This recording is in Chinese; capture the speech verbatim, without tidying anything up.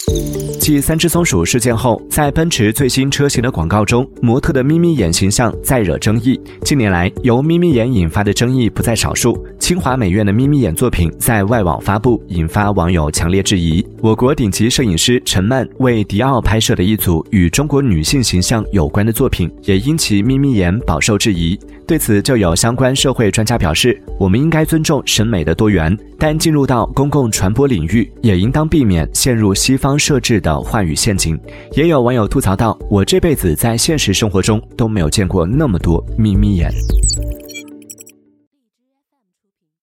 继三只松鼠事件后，在奔驰最新车型的广告中，模特的眯眯眼形象再惹争议。近年来，由眯眯眼引发的争议不在少数。清华美院的眯眯眼作品在外网发布，引发网友强烈质疑。我国顶级摄影师陈曼为迪奥拍摄的一组与中国女性形象有关的作品，也因其眯眯眼饱受质疑。对此，就有相关社会专家表示，我们应该尊重审美的多元，但进入到公共传播领域，也应当避免陷入西方设置的话语陷阱。也有网友吐槽道，我这辈子在现实生活中都没有见过那么多眯眯眼。